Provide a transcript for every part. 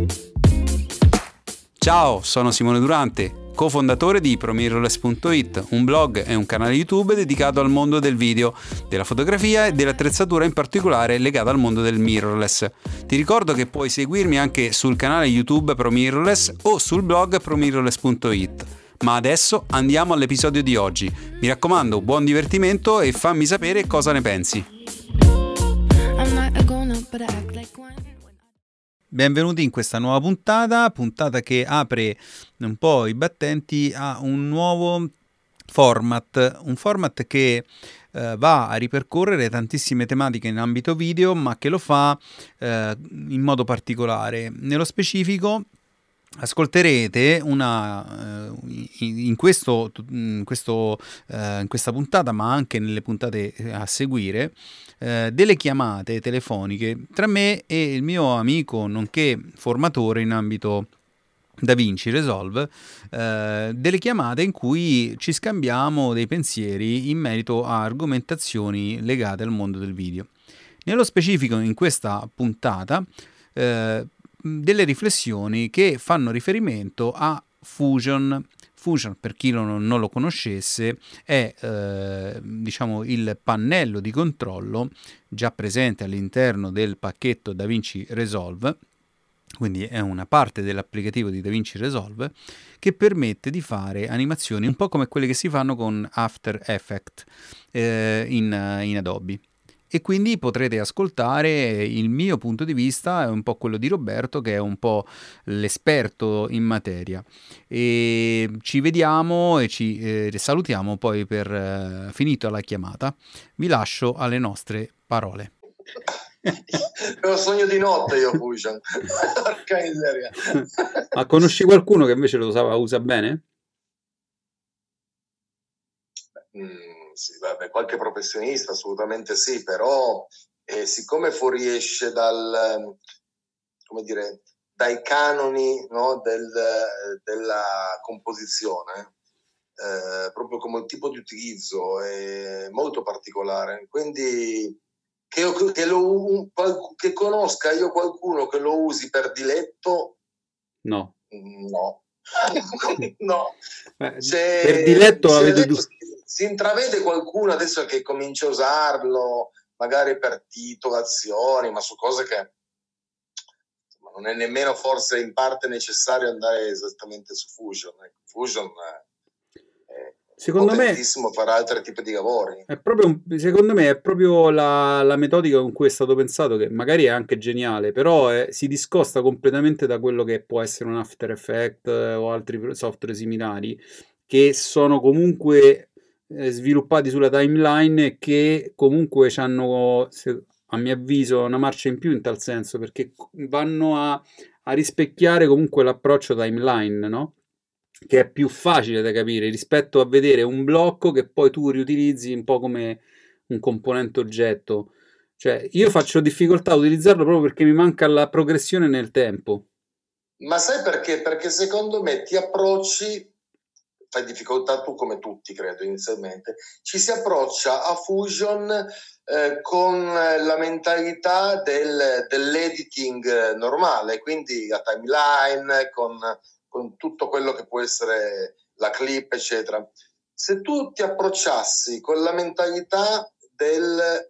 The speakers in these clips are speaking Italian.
Ciao, sono Simone Durante, cofondatore di ProMirrorless.it, un blog e un canale YouTube dedicato al mondo del video, della fotografia e dell'attrezzatura, in particolare legata al mondo del mirrorless. Ti ricordo che puoi seguirmi anche sul canale YouTube ProMirrorless o sul blog ProMirrorless.it. Ma adesso andiamo all'episodio di oggi. Mi raccomando, buon divertimento e fammi sapere cosa ne pensi. Benvenuti in questa nuova puntata che apre un po' i battenti a un nuovo format che va a ripercorrere tantissime tematiche in ambito video, ma che lo fa in modo particolare. Nello specifico ascolterete in questa puntata, ma anche nelle puntate a seguire, delle chiamate telefoniche tra me e il mio amico nonché formatore in ambito DaVinci Resolve, delle chiamate in cui ci scambiamo dei pensieri in merito a argomentazioni legate al mondo del video. Nello specifico, in questa puntata, delle riflessioni che fanno riferimento a Fusion. Fusion, per chi non lo conoscesse, è il pannello di controllo già presente all'interno del pacchetto DaVinci Resolve, quindi è una parte dell'applicativo di DaVinci Resolve che permette di fare animazioni un po' come quelle che si fanno con After Effects in Adobe. E quindi potrete ascoltare il mio punto di vista e un po' quello di Roberto, che è un po' l'esperto in materia. E ci vediamo e ci salutiamo poi per finito la chiamata. Vi lascio alle nostre parole. Ho sogno di notte io, Fusion. Porca miseria. Ma conosci qualcuno che invece lo usa bene? Sì, vabbè, qualche professionista assolutamente sì, però siccome fuoriesce dai canoni, no, della composizione, proprio come il tipo di utilizzo è molto particolare, quindi che conosca io qualcuno che lo usi per diletto, no. No. Per diletto si intravede qualcuno adesso che comincia a usarlo magari per titolazioni, ma su cose che non è nemmeno forse in parte necessario andare esattamente su Fusion. Fusion secondo me potentissimo per altri tipi di lavori. Secondo me è proprio la metodica con cui è stato pensato, che magari è anche geniale, però si discosta completamente da quello che può essere un After Effects o altri software similari, che sono comunque sviluppati sulla timeline e che comunque hanno, a mio avviso, una marcia in più in tal senso, perché vanno a rispecchiare comunque l'approccio timeline, no? Che è più facile da capire rispetto a vedere un blocco che poi tu riutilizzi un po' come un componente oggetto. Cioè, io faccio difficoltà a utilizzarlo proprio perché mi manca la progressione nel tempo. Ma sai perché? Perché secondo me ti approcci, fai difficoltà tu come tutti, credo, inizialmente, ci si approccia a Fusion con la mentalità dell'editing normale, quindi la timeline, con tutto quello che può essere la clip, eccetera. Se tu ti approcciassi con la mentalità del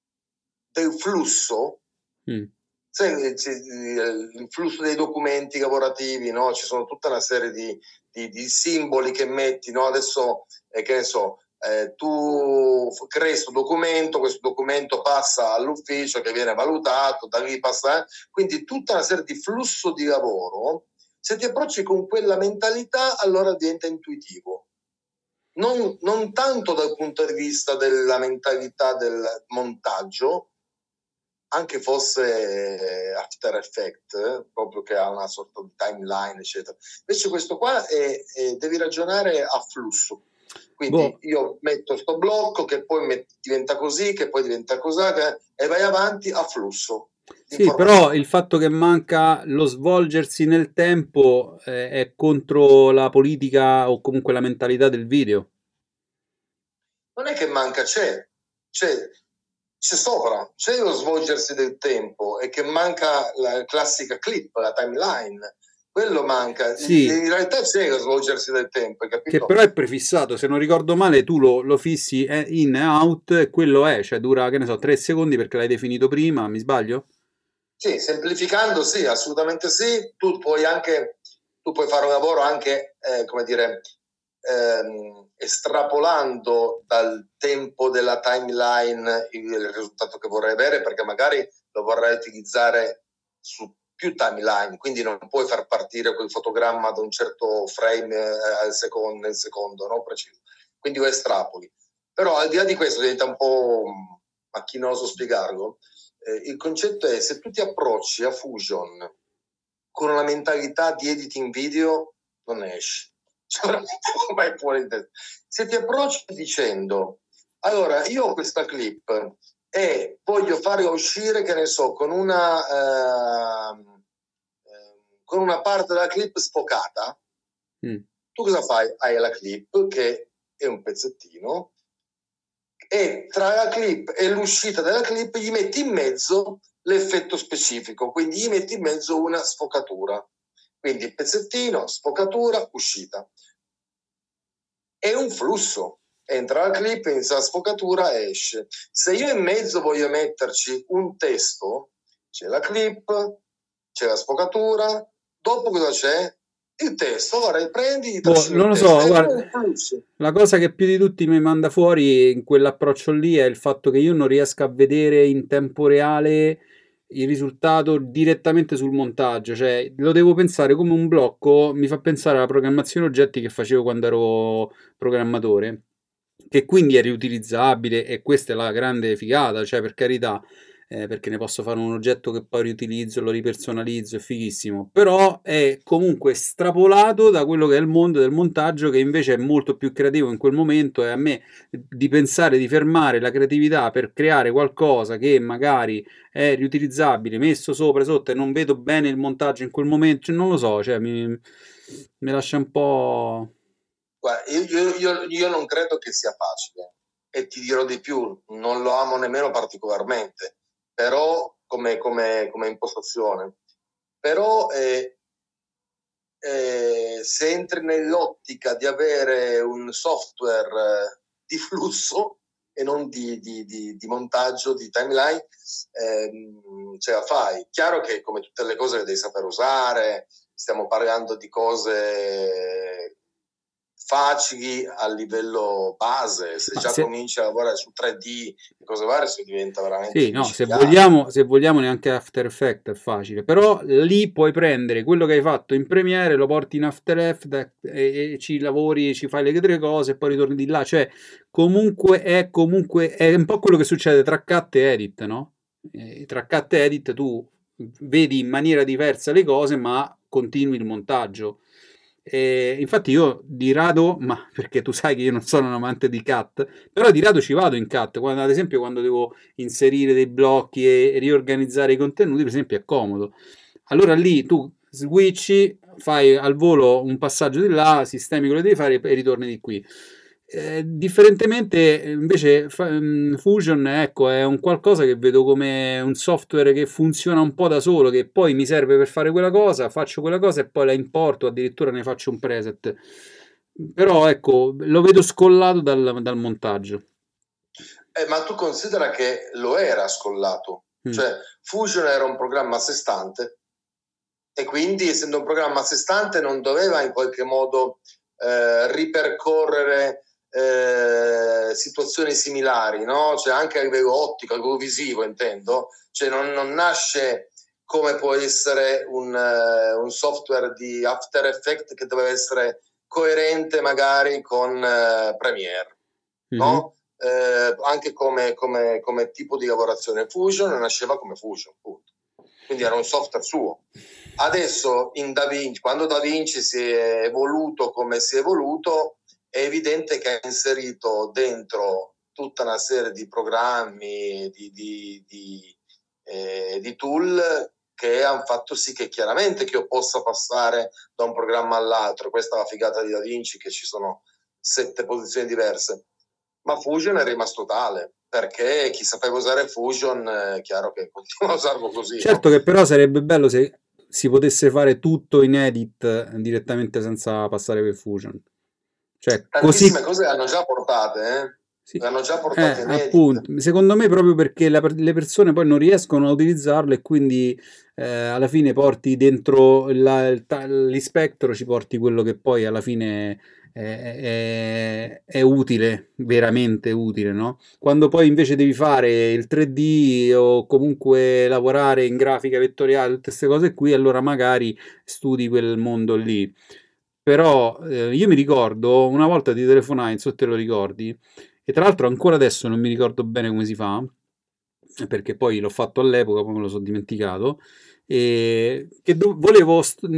flusso, sai, il flusso dei documenti lavorativi, no? Ci sono tutta una serie di simboli che metti, no? Adesso, che ne so, tu crei questo documento passa all'ufficio che viene valutato, da lì passa, quindi tutta una serie di flusso di lavoro. Se ti approcci con quella mentalità, allora diventa intuitivo. Non tanto dal punto di vista della mentalità del montaggio, anche fosse After Effects, proprio che ha una sorta di timeline, eccetera. Invece questo qua devi ragionare a flusso. Quindi io metto sto blocco che poi diventa così, che poi diventa così, e vai avanti a flusso. Sì, però il fatto che manca lo svolgersi nel tempo è contro la politica o comunque la mentalità del video. Non è che manca, c'è. c'è sopra, c'è lo svolgersi del tempo e che manca la classica clip, la timeline. Quello manca. Sì, In realtà c'è lo svolgersi del tempo, hai che capito? però è prefissato, se non ricordo male tu lo fissi in e out e quello è, cioè dura, che ne so, 3 secondi perché l'hai definito prima, mi sbaglio? Sì, semplificando sì, assolutamente sì. Tu puoi fare un lavoro anche, come dire, estrapolando dal tempo della timeline il risultato che vorrai avere, perché magari lo vorrai utilizzare su più timeline, quindi non puoi far partire quel fotogramma da un certo frame nel secondo, no? Preciso. Quindi lo estrapoli. Però al di là di questo diventa un po' macchinoso spiegarlo. Il concetto è, se tu ti approcci a Fusion con una mentalità di editing video, non ne esci. Cioè, veramente non vai fuori di testa. Se ti approcci dicendo, allora, io ho questa clip e voglio farla uscire, che ne so, con una parte della clip sfocata, tu cosa fai? Hai la clip, che è un pezzettino, e tra la clip e l'uscita della clip gli metti in mezzo l'effetto specifico, quindi gli metti in mezzo una sfocatura. Quindi pezzettino, sfocatura, uscita. È un flusso. Entra la clip, inizia la sfocatura, esce. Se io in mezzo voglio metterci un testo, c'è la clip, c'è la sfocatura, dopo cosa c'è? Il testo. Ora prendi, trascini Non il lo testo. so, È guarda, un flusso. la cosa che più di tutti mi manda fuori in quell'approccio lì è il fatto che io non riesco a vedere in tempo reale il risultato direttamente sul montaggio, cioè lo devo pensare come un blocco, mi fa pensare alla programmazione oggetti che facevo quando ero programmatore, che quindi è riutilizzabile e questa è la grande figata, cioè per carità, perché ne posso fare un oggetto che poi riutilizzo, lo ripersonalizzo, è fighissimo, però è comunque strapolato da quello che è il mondo del montaggio, che invece è molto più creativo in quel momento, e a me di pensare di fermare la creatività per creare qualcosa che magari è riutilizzabile, messo sopra e sotto e non vedo bene il montaggio in quel momento, cioè, non lo so, cioè mi lascia un po'. Guarda, io non credo che sia facile e ti dirò di più, non lo amo nemmeno particolarmente, però come impostazione. Però se entri nell'ottica di avere un software di flusso e non di montaggio, di timeline, ce la fai. Chiaro che come tutte le cose le devi saper usare, stiamo parlando di cose facili a livello base, se Ma già se, cominci a lavorare su 3D e cose varie, si diventa veramente Sì, no, micidiale. se vogliamo neanche After Effects è facile, però lì puoi prendere quello che hai fatto in Premiere, lo porti in After Effects e ci lavori, ci fai le tre cose e poi ritorni di là, cioè comunque è un po' quello che succede tra cut e edit, no? Tra cut e edit tu vedi in maniera diversa le cose, ma continui il montaggio. E infatti io di rado, ma perché tu sai che io non sono un amante di cut, però di rado ci vado in cut, ad esempio quando devo inserire dei blocchi e riorganizzare i contenuti, per esempio, è comodo. Allora lì tu switchi, fai al volo un passaggio di là, sistemi quello che devi fare e ritorni di qui. Differentemente, invece, Fusion, ecco, è un qualcosa che vedo come un software che funziona un po' da solo, che poi mi serve per fare quella cosa, faccio quella cosa e poi la importo, addirittura ne faccio un preset. Però, ecco, lo vedo scollato dal montaggio. Ma tu considera che lo era scollato, cioè Fusion era un programma a sé stante e quindi essendo un programma a sé stante non doveva in qualche modo ripercorrere situazioni similari, no? Cioè anche a livello ottico, a livello visivo intendo, cioè non nasce come può essere un software di After Effects che deve essere coerente magari con Premiere, no? Anche come tipo di lavorazione. Fusion nasceva come Fusion, punto. Quindi era un software suo. Adesso in DaVinci, quando DaVinci si è evoluto come si è evoluto, è evidente che ha inserito dentro tutta una serie di programmi, di tool che hanno fatto sì che chiaramente che io possa passare da un programma all'altro. Questa è la figata di DaVinci, che ci sono 7 posizioni diverse. Ma Fusion è rimasto tale. perché chi sapeva usare Fusion, è chiaro che continua a usarlo così, Certo no? che però sarebbe bello se si potesse fare tutto in edit direttamente senza passare per Fusion. Cioè, così. Tantissime cose le hanno già portate, Sì, le hanno già portate in edit. appunto, secondo me proprio perché le persone poi non riescono a utilizzarlo e quindi alla fine porti dentro l'Inspector, ci porti quello che poi alla fine è utile, veramente utile, no? Quando poi invece devi fare il 3D o comunque lavorare in grafica vettoriale, tutte queste cose qui, allora magari studi quel mondo lì. Però io mi ricordo, una volta ti telefonai, non so se te lo ricordi, e tra l'altro ancora adesso non mi ricordo bene come si fa, perché poi l'ho fatto all'epoca, poi me lo sono dimenticato, e che volevo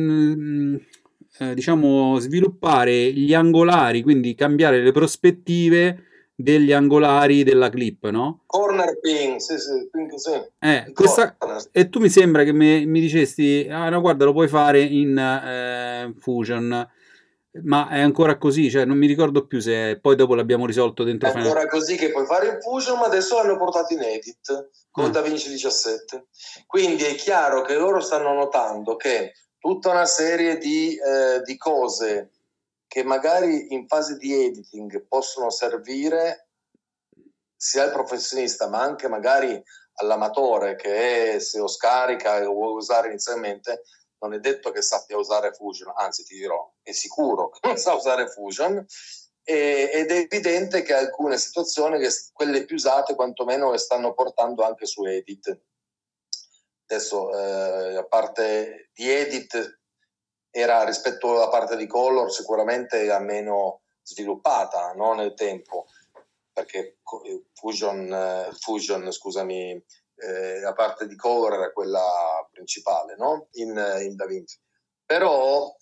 diciamo sviluppare gli angolari, quindi cambiare le prospettive degli angolari della clip, no? Corner pin, sì, sì, sì. I Questa. corner. E tu mi sembra che mi dicesti, ah no, guarda, lo puoi fare in Fusion, ma è ancora così, cioè non mi ricordo più se poi dopo l'abbiamo risolto È dentro Final. ancora così che puoi fare in Fusion, ma adesso l'hanno portato in edit con Ah, DaVinci 17. Quindi è chiaro che loro stanno notando che tutta una serie di cose che magari in fase di editing possono servire sia al professionista, ma anche magari all'amatore che se lo scarica e lo vuole usare inizialmente, non è detto che sappia usare Fusion, anzi ti dirò, è sicuro che non sa usare Fusion, ed è evidente che alcune situazioni, quelle più usate, quantomeno le stanno portando anche su Edit. Adesso, la parte di Edit era rispetto alla parte di Color sicuramente la meno sviluppata, no? Nel tempo, perché Fusion, scusami, la parte di Color era quella principale, no? In DaVinci. Però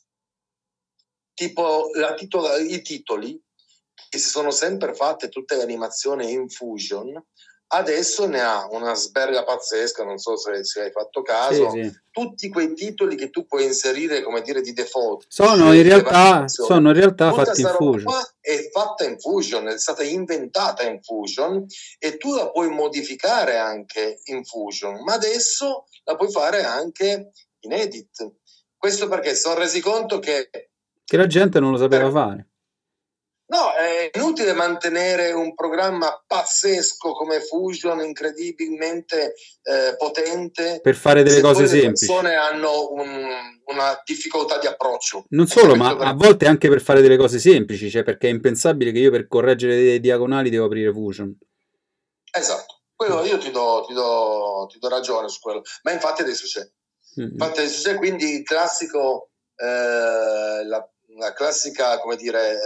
tipo i titoli che si sono sempre fatte tutte le animazioni in Fusion, adesso ne ha una sberga pazzesca, non so se hai fatto caso, sì, sì. tutti quei titoli che tu puoi inserire, come dire, di default, Sono in realtà, tutta fatti in questa roba Fusion. qua è fatta in Fusion, è stata inventata in Fusion e tu la puoi modificare anche in Fusion, ma adesso la puoi fare anche in Edit. Questo perché si sono resi conto che La gente non lo sapeva fare. No, è inutile mantenere un programma pazzesco come Fusion, incredibilmente potente, Per fare delle se cose poi le semplici. persone hanno una difficoltà di approccio. Non Hai solo, capito? ma a volte anche per fare delle cose semplici, cioè perché è impensabile che io per correggere dei diagonali devo aprire Fusion. Esatto, quello io ti do ragione su quello, ma infatti adesso c'è. Infatti adesso c'è, quindi il classico, la classica, come dire,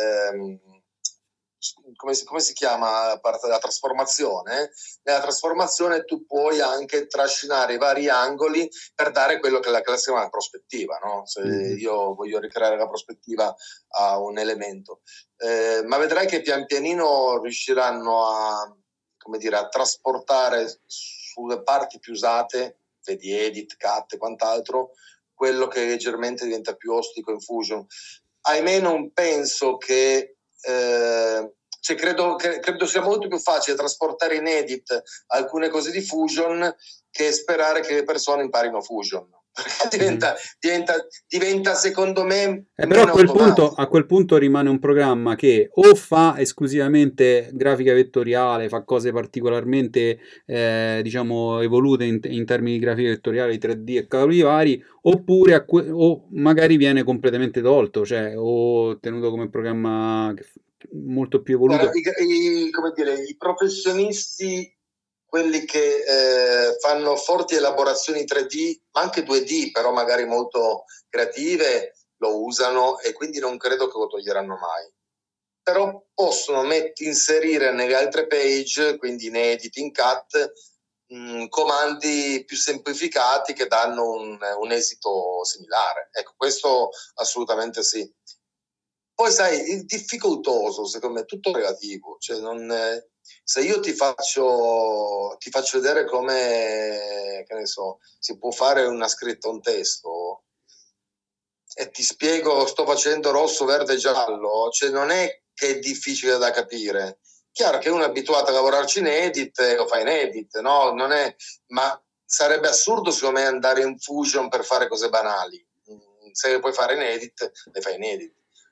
come si chiama la parte della trasformazione? Nella trasformazione tu puoi anche trascinare i vari angoli per dare quello che è la classica prospettiva, no? Se io voglio ricreare la prospettiva a un elemento. Ma vedrai che pian pianino riusciranno a, come dire, a trasportare sulle parti più usate, vedi Edit, Cut e quant'altro, quello che leggermente diventa più ostico in Fusion. Ahimè non penso che cioè credo sia molto più facile trasportare in Edit alcune cose di Fusion che sperare che le persone imparino Fusion, perché diventa secondo me però automatico. a quel punto rimane un programma che o fa esclusivamente grafica vettoriale, fa cose particolarmente diciamo evolute in termini di grafica vettoriale, 3D e cavoli vari, oppure o magari viene completamente tolto, cioè o tenuto come programma molto più evoluto. Come dire, i professionisti, quelli che fanno forti elaborazioni 3D, ma anche 2D, però magari molto creative, lo usano e quindi non credo che lo toglieranno mai. Però possono inserire nelle altre page, quindi in edit, in cut, comandi più semplificati che danno un esito similare. Ecco, questo assolutamente sì. Poi sai, il difficoltoso, secondo me, è tutto relativo, cioè se io ti faccio vedere come, che ne so, si può fare una scritta, un testo, e ti spiego, sto facendo rosso, verde, giallo, cioè non è che è difficile da capire. Chiaro che uno è abituato a lavorarci in edit e lo fa in edit, no? Non è, ma sarebbe assurdo secondo me andare in Fusion per fare cose banali. Se le puoi fare in edit, le fai in edit.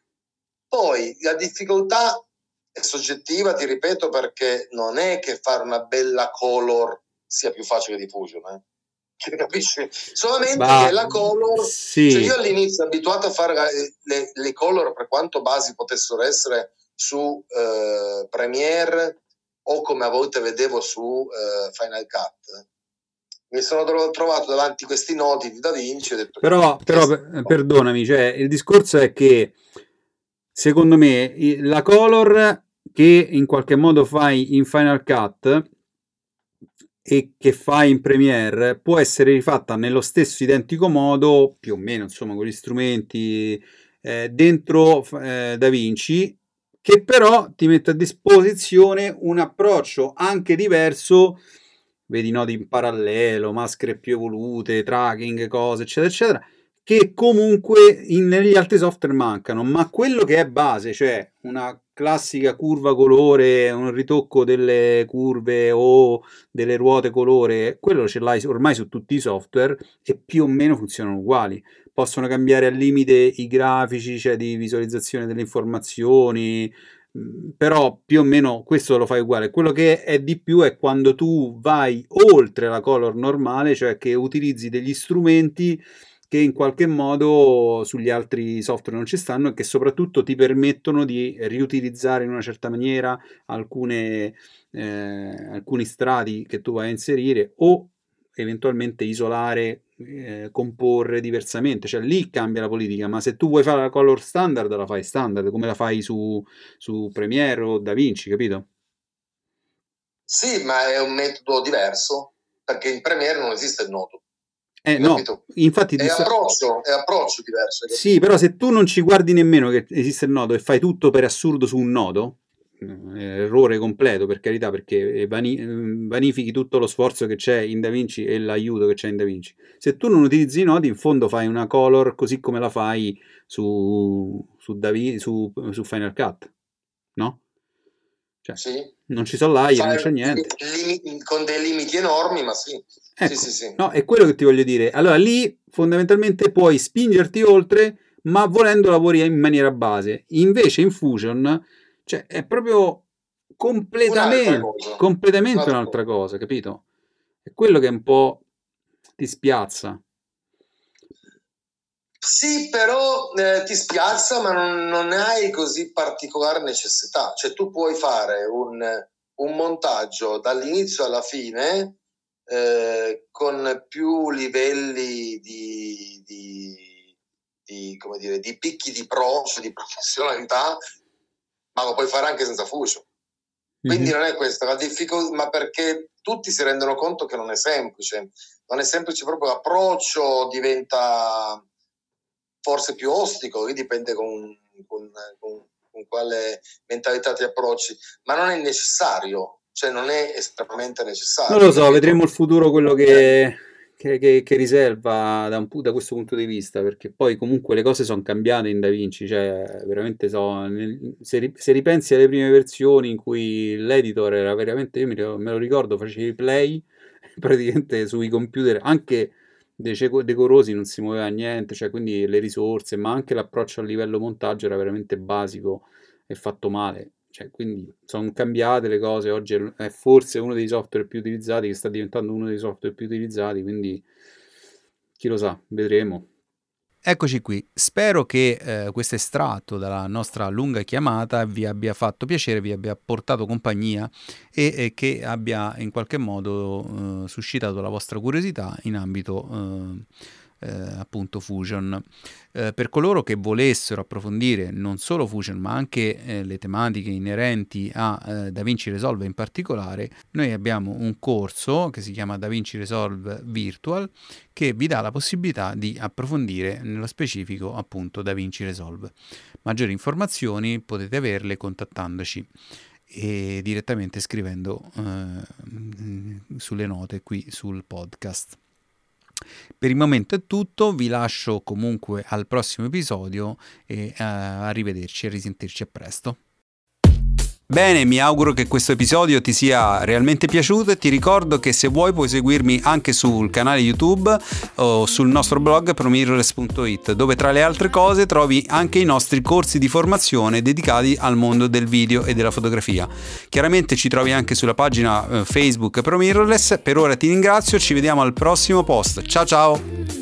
Poi la difficoltà è soggettiva, ti ripeto, perché non è che fare una bella color sia più facile di Fusion, capisci? Solamente che la color, sì. cioè io all'inizio abituato a fare le color, per quanto basi potessero essere su Premiere o come a volte vedevo su Final Cut, mi sono trovato davanti a questi nodi di Da Vinci e ho detto però perdonami, cioè il discorso è che secondo me la color che in qualche modo fai in Final Cut e che fai in Premiere può essere rifatta nello stesso identico modo, più o meno, insomma, con gli strumenti dentro DaVinci, che però ti mette a disposizione un approccio anche diverso, vedi nodi in parallelo, maschere più evolute, tracking, cose, eccetera, eccetera, che comunque negli altri software mancano, ma quello che è base, cioè una classica curva colore, un ritocco delle curve o delle ruote colore, quello ce l'hai ormai su tutti i software e più o meno funzionano uguali. Possono cambiare al limite i grafici, cioè di visualizzazione delle informazioni, però più o meno questo lo fai uguale. Quello che è di più è quando tu vai oltre la color normale, cioè che utilizzi degli strumenti che in qualche modo sugli altri software non ci stanno e che soprattutto ti permettono di riutilizzare in una certa maniera alcuni strati che tu vai a inserire o eventualmente isolare, comporre diversamente, cioè lì cambia la politica, ma se tu vuoi fare la color standard la fai standard, come la fai su Premiere o DaVinci, capito? sì, ma è un metodo diverso, perché in Premiere non esiste il nodo. No, infatti è approccio diverso. Sì, però se tu non ci guardi nemmeno che esiste il nodo e fai tutto per assurdo su un nodo, errore completo per carità, perché vanifichi tutto lo sforzo che c'è in DaVinci e l'aiuto che c'è in DaVinci. Se tu non utilizzi i nodi, in fondo fai una color così come la fai su Final Cut, no? Cioè, sì. non ci sono layer, non c'è niente. Con dei limiti enormi, ma sì. Ecco, sì. No, è quello che ti voglio dire. Allora lì fondamentalmente puoi spingerti oltre, ma volendo lavori in maniera base. Invece in Fusion, cioè, è proprio completamente un'altra cosa, capito? È quello che un po' ti spiazza. Sì, però ti spiazza, ma non hai così particolare necessità. Cioè tu puoi fare un montaggio dall'inizio alla fine con più livelli come dire, di picchi di pro, cioè di professionalità, ma lo puoi fare anche senza Fusion. Quindi non è questa la difficoltà, ma perché tutti si rendono conto che non è semplice. Non è semplice, proprio l'approccio diventa forse più ostico, lì dipende con quale mentalità ti approcci, ma non è necessario, cioè non è estremamente necessario. Non lo so, vedremo il futuro quello che riserva da questo punto di vista, perché poi comunque le cose sono cambiate in DaVinci, cioè veramente se ripensi alle prime versioni in cui l'editor era veramente, io me lo ricordo, facevi play, praticamente sui computer, anche decorosi non si muoveva niente, cioè quindi le risorse, ma anche l'approccio a livello montaggio era veramente basico e fatto male. Cioè, quindi sono cambiate le cose, oggi è forse uno dei software più utilizzati, che sta diventando uno dei software più utilizzati, quindi chi lo sa, vedremo. Eccoci qui, spero che questo estratto dalla nostra lunga chiamata vi abbia fatto piacere, vi abbia portato compagnia e che abbia in qualche modo suscitato la vostra curiosità in ambito appunto Fusion. Per coloro che volessero approfondire non solo Fusion ma anche le tematiche inerenti a DaVinci Resolve in particolare, noi abbiamo un corso che si chiama DaVinci Resolve Virtual che vi dà la possibilità di approfondire nello specifico appunto DaVinci Resolve. Maggiori informazioni potete averle contattandoci e direttamente scrivendo sulle note qui sul podcast. Per il momento è tutto, vi lascio comunque al prossimo episodio e arrivederci e risentirci a presto. Bene, mi auguro che questo episodio ti sia realmente piaciuto e ti ricordo che se vuoi puoi seguirmi anche sul canale YouTube o sul nostro blog promirrorless.it, dove tra le altre cose trovi anche i nostri corsi di formazione dedicati al mondo del video e della fotografia. Chiaramente ci trovi anche sulla pagina Facebook Promirrorless. Per ora ti ringrazio, ci vediamo al prossimo post. Ciao ciao!